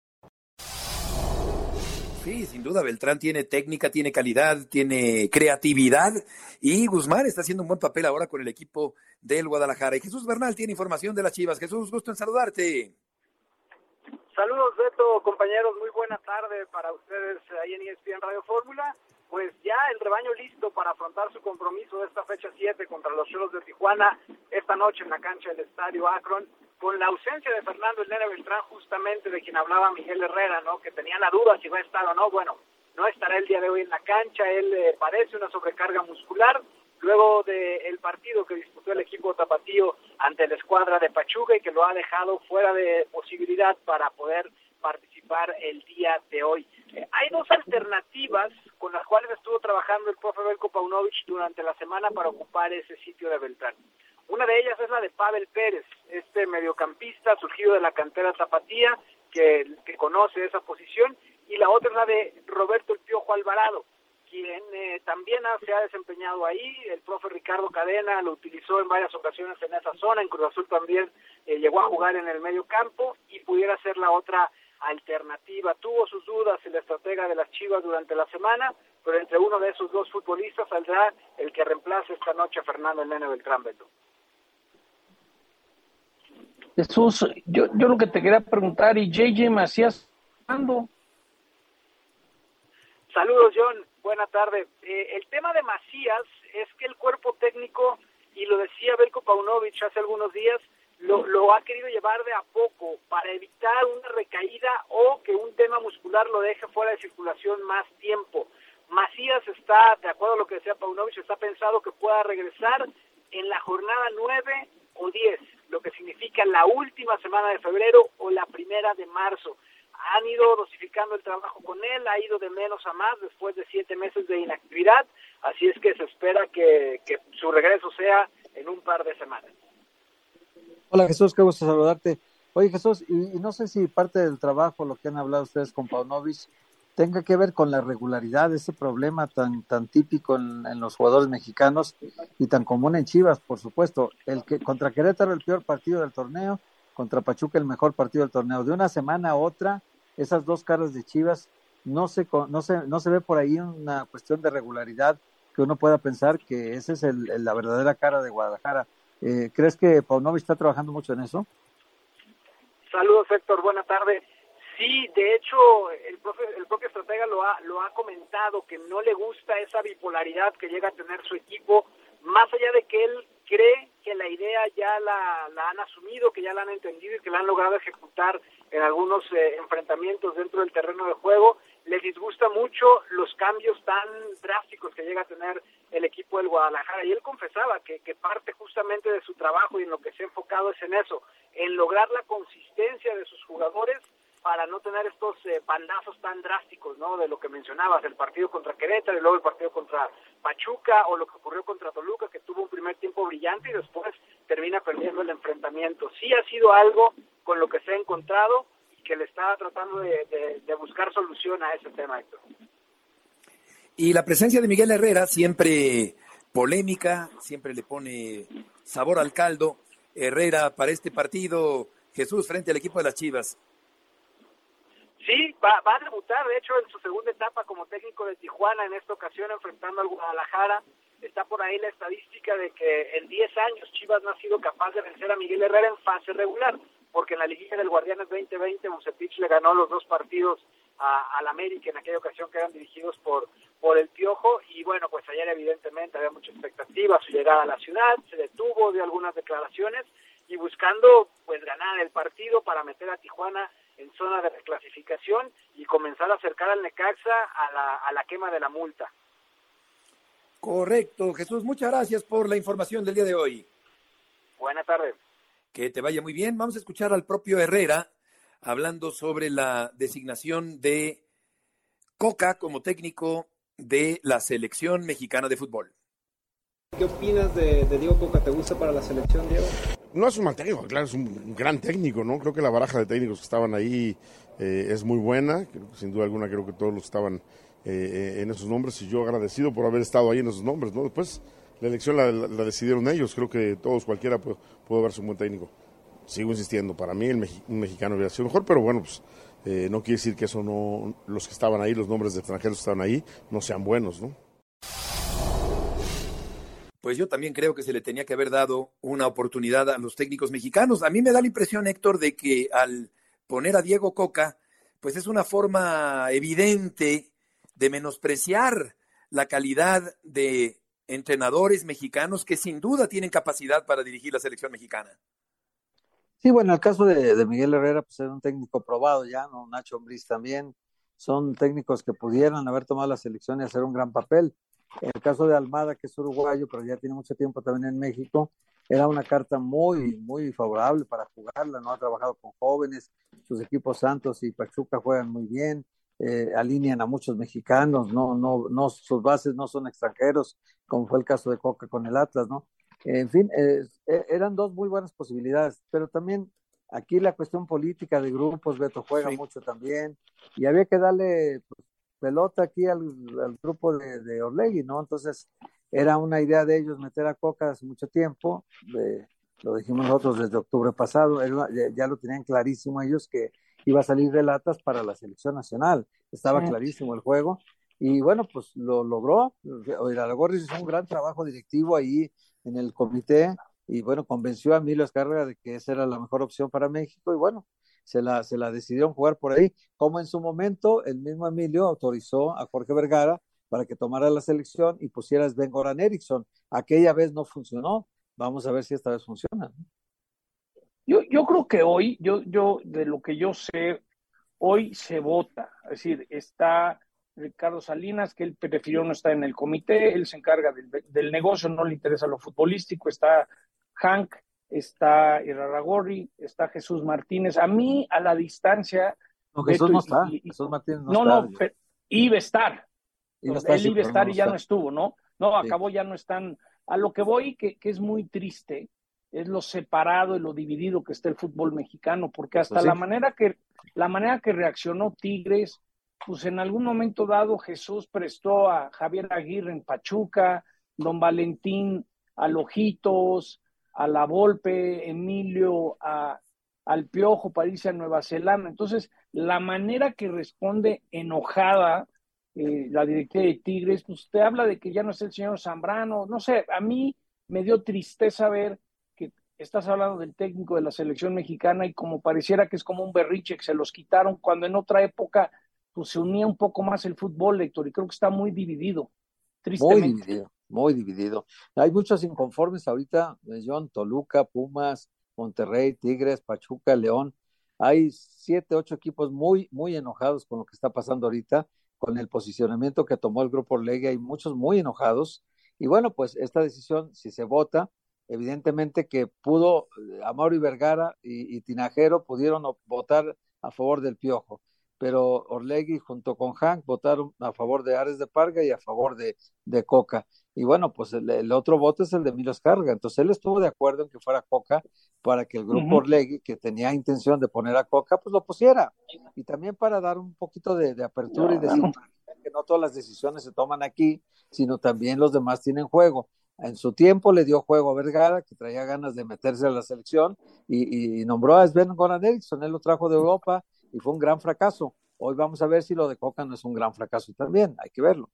Sí, sin duda, Beltrán tiene técnica, tiene calidad, tiene creatividad y Guzmán está haciendo un buen papel ahora con el equipo del Guadalajara. Y Jesús Bernal tiene información de las Chivas. Jesús, gusto en saludarte. Saludos, Beto, compañeros, muy buena tarde para ustedes ahí en E S P N Radio Fórmula. Pues ya el rebaño listo para afrontar su compromiso de esta fecha siete contra los Xolos de Tijuana esta noche en la cancha del Estadio Akron, con la ausencia de Fernando el Nene Beltrán, justamente de quien hablaba Miguel Herrera, ¿no? Que tenía la duda si va a estar o no. Bueno, no estará el día de hoy en la cancha, él eh, padece una sobrecarga muscular, luego del partido que disputó el equipo tapatío ante la escuadra de Pachuca y que lo ha dejado fuera de posibilidad para poder participar el día de hoy. Eh, hay dos alternativas con las cuales estuvo trabajando el profe Belko Paunovic durante la semana para ocupar ese sitio de Beltrán. Una de ellas es la de Pavel Pérez, este mediocampista surgido de la cantera tapatía que, que conoce esa posición, y la otra es la de Roberto El Piojo Alvarado, quien eh, también ha, se ha desempeñado ahí. El profe Ricardo Cadena lo utilizó en varias ocasiones en esa zona, en Cruz Azul también eh, llegó a jugar en el medio campo y pudiera ser la otra alternativa. Tuvo sus dudas el estratega de las Chivas durante la semana, pero entre uno de esos dos futbolistas saldrá el que reemplace esta noche a Fernando el Nene Beltrán, Beto. Jesús, yo, yo lo que te quería preguntar, ¿y J J Macías cuándo? Saludos, John, buena tarde. Eh, el tema de Macías es que el cuerpo técnico, y lo decía Belko Paunovic hace algunos días, lo, lo ha querido llevar de a poco para evitar una recaída o que un tema muscular lo deje fuera de circulación más tiempo. Macías está, de acuerdo a lo que decía Paunovic, está pensado que pueda regresar en la jornada nueve o diez, lo que significa la última semana de febrero o la primera de marzo. Han ido dosificando el trabajo con él, ha ido de menos a más después de siete meses de inactividad, así es que se espera que, que su regreso sea en un par de semanas. Hola Jesús, qué gusto saludarte. Oye Jesús, y, y no sé si parte del trabajo, lo que han hablado ustedes con Paunovic, tenga que ver con la regularidad, ese problema tan tan típico en, en los jugadores mexicanos y tan común en Chivas, por supuesto. El que contra Querétaro el peor partido del torneo, contra Pachuca el mejor partido del torneo. De una semana a otra esas dos caras de Chivas, no se, no se, no se ve por ahí una cuestión de regularidad que uno pueda pensar que esa es el, el, la verdadera cara de Guadalajara. Eh, ¿Crees que Paunovic está trabajando mucho en eso? Saludos, Héctor, buena tarde. Sí, de hecho, el, profe, el propio estratega lo ha, lo ha comentado, que no le gusta esa bipolaridad que llega a tener su equipo, más allá de que él cree que la idea ya la, la han asumido, que ya la han entendido y que la han logrado ejecutar en algunos eh, enfrentamientos dentro del terreno de juego. Le disgusta mucho los cambios tan drásticos que llega a tener el equipo del Guadalajara, y él confesaba que, que parte justamente de su trabajo y en lo que se ha enfocado es en eso, en lograr la consistencia de sus jugadores para no tener estos eh, bandazos tan drásticos, ¿no? De lo que mencionabas, el partido contra Querétaro y luego el partido contra Pachuca, o lo que ocurrió contra Toluca, que tuvo un primer tiempo brillante y después termina perdiendo el enfrentamiento. Sí ha sido algo con lo que se ha encontrado y que le está tratando de, de, de buscar solución a ese tema, Héctor. Y la presencia de Miguel Herrera, siempre polémica, siempre le pone sabor al caldo. Herrera para este partido, Jesús, frente al equipo de las Chivas. Sí, va, va a debutar, de hecho, en su segunda etapa como técnico de Tijuana, en esta ocasión enfrentando al Guadalajara. Está por ahí la estadística de que en diez años Chivas no ha sido capaz de vencer a Miguel Herrera en fase regular, porque en la liguilla del Guardianes veinte veinte Bucetich le ganó los dos partidos a, al América, en aquella ocasión que eran dirigidos por, por el Piojo, y bueno, pues ayer evidentemente había mucha expectativa, su llegada a la ciudad, se detuvo de algunas declaraciones, y buscando pues ganar el partido para meter a Tijuana en zona de reclasificación y comenzar a acercar al Necaxa a la, a la quema de la multa. Correcto, Jesús, muchas gracias por la información del día de hoy. Buena tarde. Que te vaya muy bien. Vamos a escuchar al propio Herrera hablando sobre la designación de Coca como técnico de la selección mexicana de fútbol. ¿Qué opinas de, de Diego Coca? ¿Te gusta para la selección, Diego? No es un mal técnico, claro, es un gran técnico, ¿no? Creo que la baraja de técnicos que estaban ahí eh, es muy buena, sin duda alguna creo que todos los que estaban eh, en esos nombres, y yo agradecido por haber estado ahí en esos nombres, ¿no? Después la elección la, la, la decidieron ellos, creo que todos, cualquiera puede, puede verse un buen técnico. Sigo insistiendo, para mí el mexi- un mexicano hubiera sido mejor, pero bueno, pues eh, no quiere decir que eso no, los que estaban ahí, los nombres de extranjeros que estaban ahí, no sean buenos, ¿no? Pues yo también creo que se le tenía que haber dado una oportunidad a los técnicos mexicanos. A mí me da la impresión, Héctor, de que al poner a Diego Coca, pues es una forma evidente de menospreciar la calidad de entrenadores mexicanos que sin duda tienen capacidad para dirigir la selección mexicana. Sí, bueno, el caso de, de Miguel Herrera, pues era un técnico probado ya, ¿no? Nacho Ambriz también. Son técnicos que pudieran haber tomado la selección y hacer un gran papel. El caso de Almada, que es uruguayo, pero ya tiene mucho tiempo también en México, era una carta muy, muy favorable para jugarla, ¿no? Ha trabajado con jóvenes, sus equipos Santos y Pachuca juegan muy bien, eh, alinean a muchos mexicanos, no, no, no, sus bases no son extranjeros, como fue el caso de Coca con el Atlas, ¿no? Eh, en fin, eh, eran dos muy buenas posibilidades, pero también aquí la cuestión política de grupos, Beto juega sí. mucho también, y había que darle pues, pelota aquí al, al grupo de, de Orlegui, ¿no? Entonces, era una idea de ellos meter a Coca hace mucho tiempo, de, lo dijimos nosotros desde octubre pasado, era, ya, ya lo tenían clarísimo ellos que iba a salir de latas para la selección nacional, estaba sí. clarísimo el juego, y bueno, pues lo logró, Iraragorri hizo un gran trabajo directivo ahí en el comité, y bueno, convenció a Emilio Azcárraga de que esa era la mejor opción para México, y bueno, se la, se la decidieron jugar por ahí, como en su momento el mismo Emilio autorizó a Jorge Vergara para que tomara la selección y pusiera a Sven-Goran Eriksson. Aquella vez no funcionó, vamos a ver si esta vez funciona. Yo, yo creo que hoy, yo, yo, de lo que yo sé, hoy se vota, es decir, está Ricardo Salinas, que él prefirió no estar en el comité, él se encarga del, del negocio, no le interesa lo futbolístico, está Hank, está Iraragorri, está Jesús Martínez. A mí, a la distancia... No, Jesús no está, y, y, Jesús Martínez no, no está. No, pero iba a estar. Iba a estar, él iba a estar y ya no estuvo, ¿no? No, sí. acabó, ya no están... A lo que voy, que, que es muy triste, es lo separado y lo dividido que está el fútbol mexicano, porque hasta pues sí. la manera que la manera que reaccionó Tigres, pues en algún momento dado Jesús prestó a Javier Aguirre en Pachuca, Don Valentín a Lojitos, a La Volpe, Emilio, a, al Piojo para irse a Nueva Zelanda. Entonces, la manera que responde enojada eh, la directiva de Tigres, pues te habla de que ya no es el señor Zambrano. No sé, a mí me dio tristeza ver que estás hablando del técnico de la selección mexicana y como pareciera que es como un berrinche que se los quitaron, cuando en otra época pues se unía un poco más el fútbol, Héctor, y creo que está muy dividido, tristemente. Muy dividido, muy dividido. Hay muchos inconformes ahorita, John, Toluca, Pumas, Monterrey, Tigres, Pachuca, León. Hay siete, ocho equipos muy, muy enojados con lo que está pasando ahorita, con el posicionamiento que tomó el Grupo Orlegui. Hay muchos muy enojados. Y bueno, pues esta decisión, si se vota, evidentemente que pudo, Amaury Vergara y, y Tinajero pudieron votar a favor del Piojo, pero Orlegui junto con Hank votaron a favor de Ares de Parga y a favor de, de Coca. Y bueno, pues el, el otro voto es el de Emilio Azcárraga. Entonces él estuvo de acuerdo en que fuera Coca para que el grupo uh-huh. Orlegui, que tenía intención de poner a Coca, pues lo pusiera. Y también para dar un poquito de, de apertura no, y decir no. que no todas las decisiones se toman aquí, sino también los demás tienen juego. En su tiempo le dio juego a Vergara, que traía ganas de meterse a la selección, y, y nombró a Sven Goran Eriksson. Él lo trajo de Europa y fue un gran fracaso. Hoy vamos a ver si lo de Coca no es un gran fracaso también, hay que verlo.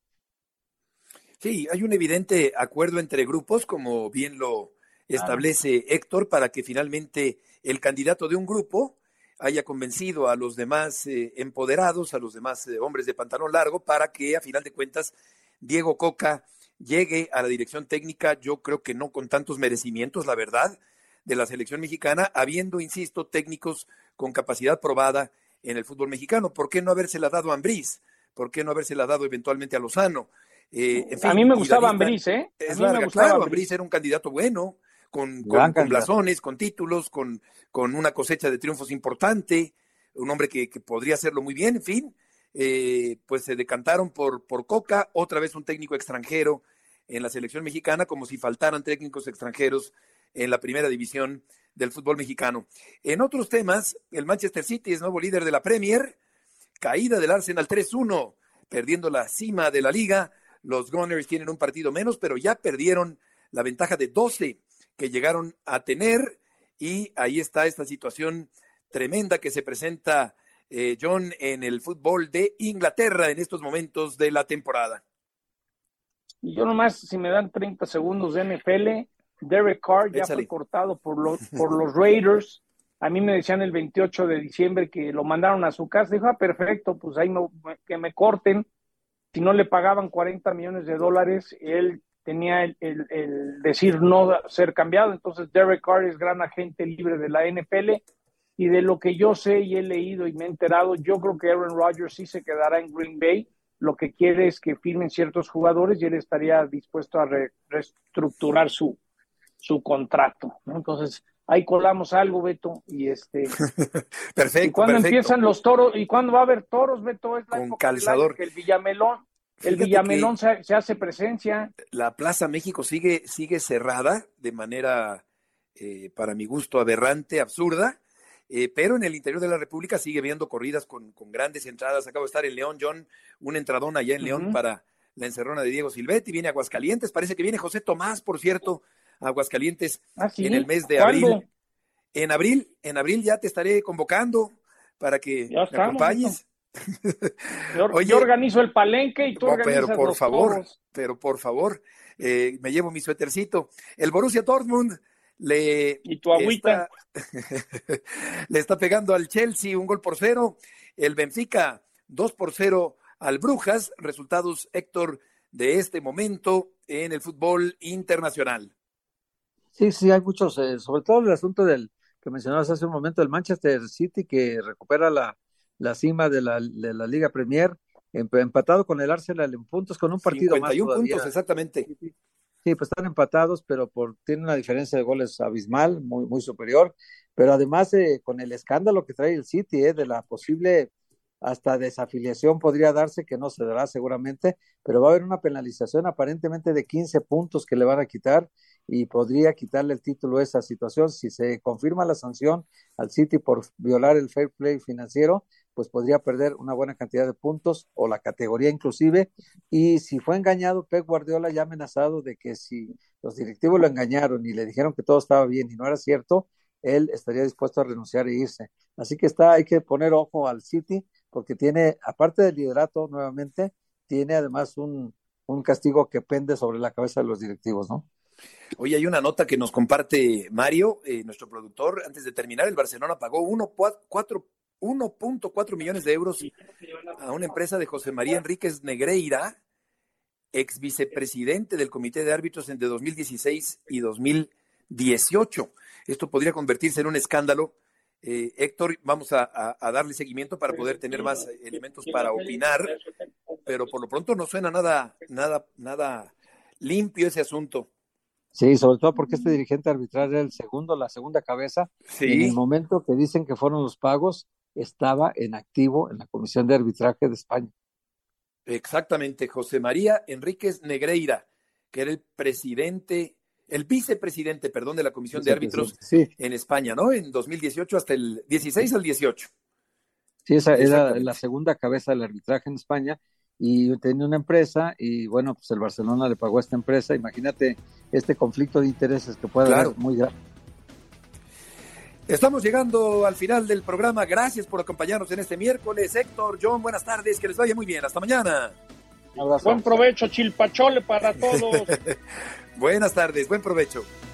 Sí, hay un evidente acuerdo entre grupos, como bien lo establece claro. Héctor, para que finalmente el candidato de un grupo haya convencido a los demás eh, empoderados, a los demás eh, hombres de pantalón largo, para que a final de cuentas Diego Coca llegue a la dirección técnica, yo creo que no con tantos merecimientos, la verdad, de la selección mexicana, habiendo, insisto, técnicos con capacidad probada en el fútbol mexicano. ¿Por qué no habérsela dado a Ambriz? ¿Por qué no habérsela dado eventualmente a Lozano? Eh, en fin, a mí me gustaba Ambriz, ¿eh? Es a mí larga, me gustaba claro, Ambriz. Ambriz era un candidato bueno, con, con, con blasones, con títulos, con, con una cosecha de triunfos importante, un hombre que, que podría hacerlo muy bien, en fin, eh, pues se decantaron por, por Coca, otra vez un técnico extranjero en la selección mexicana, como si faltaran técnicos extranjeros en la primera división del fútbol mexicano. En otros temas, el Manchester City es nuevo líder de la Premier, caída del Arsenal tres uno, perdiendo la cima de la liga. Los Gunners tienen un partido menos, pero ya perdieron la ventaja de doce que llegaron a tener, y ahí está esta situación tremenda que se presenta, eh, John, en el fútbol de Inglaterra en estos momentos de la temporada. Y yo nomás, si me dan treinta segundos de N F L, Derek Carr ya Échale. fue cortado por los, por los Raiders. A mí me decían el veintiocho de diciembre que lo mandaron a su casa. Dijo, ah, perfecto, pues ahí me, que me corten. Si no le pagaban cuarenta millones de dólares, él tenía el, el, el decir no ser cambiado. Entonces Derek Carr es gran agente libre de la N F L. Y de lo que yo sé y he leído y me he enterado, yo creo que Aaron Rodgers sí se quedará en Green Bay. Lo que quiere es que firmen ciertos jugadores y él estaría dispuesto a re, reestructurar su, su contrato, ¿no? Entonces, ahí colamos algo, Beto, y este... perfecto, ¿Y cuándo perfecto. empiezan los toros? ¿Y cuándo va a haber toros, Beto? Es la Con calzador. Que el Villamelón, el Fíjate Villamelón se, se hace presencia. La Plaza México sigue, sigue cerrada de manera, eh, para mi gusto, aberrante, absurda, eh, pero en el interior de la República sigue viendo corridas con, con grandes entradas. Acabo de estar en León, John, un entradón allá en León uh-huh. para la encerrona de Diego Silvetti. Viene a Aguascalientes, parece que viene José Tomás, por cierto, a Aguascalientes ¿Ah, sí? en el mes de ¿Cuándo? abril. En abril, en abril ya te estaré convocando para que ya estamos, me acompañes. Yo, Oye, yo organizo el palenque y tú no, organizas pero por los favor, toros. Pero por favor, eh, me llevo mi suétercito. El Borussia Dortmund le y tu agüita está, le está pegando al Chelsea un gol por cero. El Benfica dos por cero al Brujas. Resultados, Héctor, de este momento en el fútbol internacional. Sí, sí, hay muchos, eh, sobre todo el asunto del que mencionabas hace un momento, el Manchester City, que recupera la, la cima de la, de la Liga Premier, empatado con el Arsenal en puntos, con un partido cincuenta y uno más todavía. puntos, exactamente. Sí, sí. Sí, pues están empatados, pero por tiene una diferencia de goles abismal, muy, muy superior, pero además eh, con el escándalo que trae el City, eh, de la posible hasta desafiliación podría darse, que no se dará seguramente, pero va a haber una penalización aparentemente de quince puntos que le van a quitar y podría quitarle el título a esa situación. Si se confirma la sanción al City por violar el fair play financiero, pues podría perder una buena cantidad de puntos o la categoría inclusive, y si fue engañado, Pep Guardiola ya ha amenazado de que si los directivos lo engañaron y le dijeron que todo estaba bien y no era cierto, él estaría dispuesto a renunciar e irse. Así que está, hay que poner ojo al City, porque tiene, aparte del liderato nuevamente, tiene además un, un castigo que pende sobre la cabeza de los directivos, ¿no? Hoy hay una nota que nos comparte Mario, eh, nuestro productor. Antes de terminar, el Barcelona pagó uno punto cuatro millones de euros a una empresa de José María Enríquez Negreira, ex vicepresidente del Comité de Árbitros entre dos mil dieciséis y dos mil dieciocho. Esto podría convertirse en un escándalo. Eh, Héctor, vamos a, a, a darle seguimiento para poder tener más elementos para opinar, pero por lo pronto no suena nada, nada, nada limpio ese asunto. Sí, sobre todo porque este dirigente arbitral era el segundo, la segunda cabeza. Sí. En el momento que dicen que fueron los pagos, estaba en activo en la Comisión de Arbitraje de España. Exactamente, José María Enríquez Negreira, que era el presidente, el vicepresidente, perdón, de la Comisión de Árbitros sí. en España, ¿no? En dos mil dieciocho hasta el dieciséis al dieciocho. Sí, esa era la segunda cabeza del arbitraje en España y tenía una empresa y bueno, pues el Barcelona le pagó a esta empresa. Imagínate este conflicto de intereses que puede claro. haber muy grave. Estamos llegando al final del programa. Gracias por acompañarnos en este miércoles. Héctor, John, buenas tardes. Que les vaya muy bien. Hasta mañana. Buen provecho, chilpachole para todos. Buenas tardes. Buen provecho.